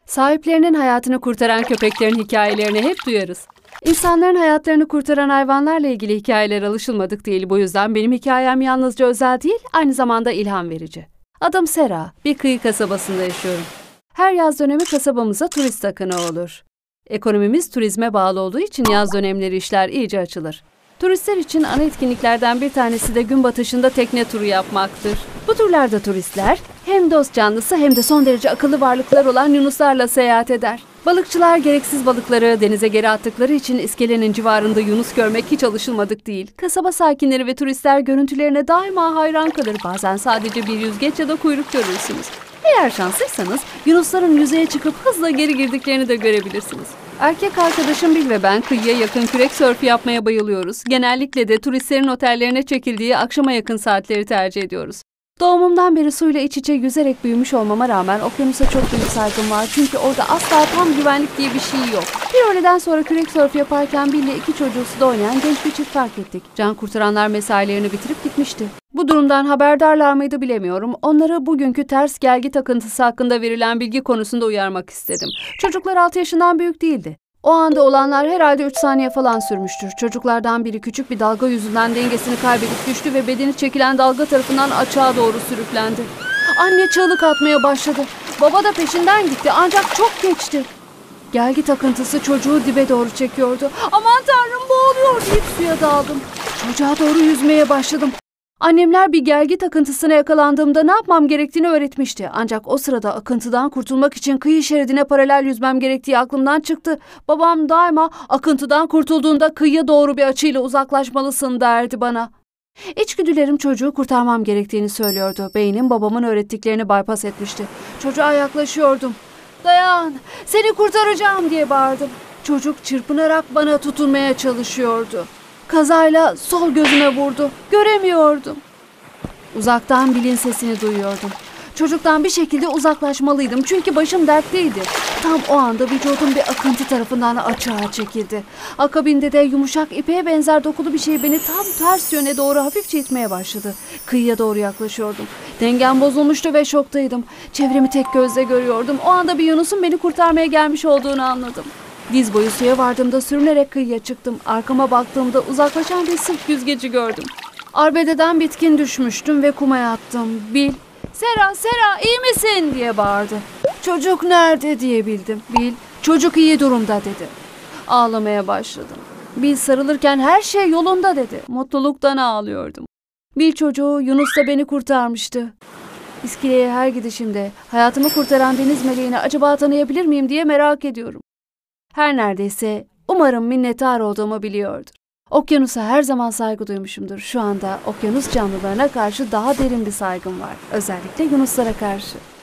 Sahiplerinin hayatını kurtaran köpeklerin hikayelerini hep duyarız. İnsanların hayatlarını kurtaran hayvanlarla ilgili hikayeler alışılmadık değil. Bu yüzden benim hikayem yalnızca özel değil, aynı zamanda ilham verici. Adım Sera, bir kıyı kasabasında yaşıyorum. Her yaz dönemi kasabamıza turist akını olur. Ekonomimiz turizme bağlı olduğu için yaz dönemleri işler iyice açılır. Turistler için ana etkinliklerden bir tanesi de gün batışında tekne turu yapmaktır. Bu turlarda turistler hem dost canlısı hem de son derece akıllı varlıklar olan yunuslarla seyahat eder. Balıkçılar gereksiz balıkları denize geri attıkları için iskelenin civarında yunus görmek hiç alışılmadık değil. Kasaba sakinleri ve turistler görüntülerine daima hayran kalır. Bazen sadece bir yüzgeç ya da kuyruk görürsünüz. Eğer şanslıysanız yunusların yüzeye çıkıp hızla geri girdiklerini de görebilirsiniz. Erkek arkadaşım Bil ve ben kıyıya yakın kürek sörfü yapmaya bayılıyoruz. Genellikle de turistlerin otellerine çekildiği akşama yakın saatleri tercih ediyoruz. Doğumumdan beri suyla iç içe yüzerek büyümüş olmama rağmen okyanusa çok büyük saygım var. Çünkü orada asla tam güvenlik diye bir şey yok. Bir öğleden sonra kürek sörfü yaparken Bill'le iki çocuğu suda oynayan genç bir çift fark ettik. Can kurtaranlar mesailerini bitirip gitmişti. Bu durumdan haberdarlar mıydı bilemiyorum. Onları bugünkü ters gelgit akıntısı hakkında verilen bilgi konusunda uyarmak istedim. Çocuklar 6 yaşından büyük değildi. O anda olanlar herhalde 3 saniye falan sürmüştür. Çocuklardan biri küçük bir dalga yüzünden dengesini kaybedip düştü ve bedeni çekilen dalga tarafından açığa doğru sürüklendi. Anne çığlık atmaya başladı. Baba da peşinden gitti ancak çok geçti. Gelgit akıntısı çocuğu dibe doğru çekiyordu. Aman tanrım boğuluyor deyip suya daldım. Çocuğa doğru yüzmeye başladım. Annemler bir gelgit akıntısına yakalandığımda ne yapmam gerektiğini öğretmişti. Ancak o sırada akıntıdan kurtulmak için kıyı şeridine paralel yüzmem gerektiği aklımdan çıktı. Babam daima akıntıdan kurtulduğunda kıyıya doğru bir açıyla uzaklaşmalısın derdi bana. İçgüdülerim çocuğu kurtarmam gerektiğini söylüyordu. Beynim babamın öğrettiklerini bypass etmişti. Çocuğa yaklaşıyordum. Dayan, seni kurtaracağım diye bağırdım. Çocuk çırpınarak bana tutunmaya çalışıyordu. Kazayla sol gözüme vurdu. Göremiyordum. Uzaktan Bill'in sesini duyuyordum. Çocuktan bir şekilde uzaklaşmalıydım çünkü başım dertteydi. Tam o anda vücudum bir akıntı tarafından açığa çekildi. Akabinde de yumuşak ipeğe benzer dokulu bir şey beni tam ters yöne doğru hafifçe itmeye başladı. Kıyıya doğru yaklaşıyordum. Dengem bozulmuştu ve şoktaydım. Çevremi tek gözle görüyordum. O anda bir yunusun beni kurtarmaya gelmiş olduğunu anladım. Diz boyu suya vardığımda sürünerek kıyıya çıktım. Arkama baktığımda uzaklaşan bir sırt yüzgeci gördüm. Arbededen bitkin düşmüştüm ve kuma yattım. Bil, Sera, Sera iyi misin diye bağırdı. Çocuk nerede diyebildim. Bil, çocuk iyi durumda dedi. Ağlamaya başladım. Bil sarılırken her şey yolunda dedi. Mutluluktan ağlıyordum. Bil çocuğu Yunus da beni kurtarmıştı. İskeleye her gidişimde hayatımı kurtaran deniz meleğini acaba tanıyabilir miyim diye merak ediyorum. Her neredeyse umarım minnettar olduğumu biliyordur. Okyanusa her zaman saygı duymuşumdur. Şu anda okyanus canlılarına karşı daha derin bir saygım var. Özellikle yunuslara karşı.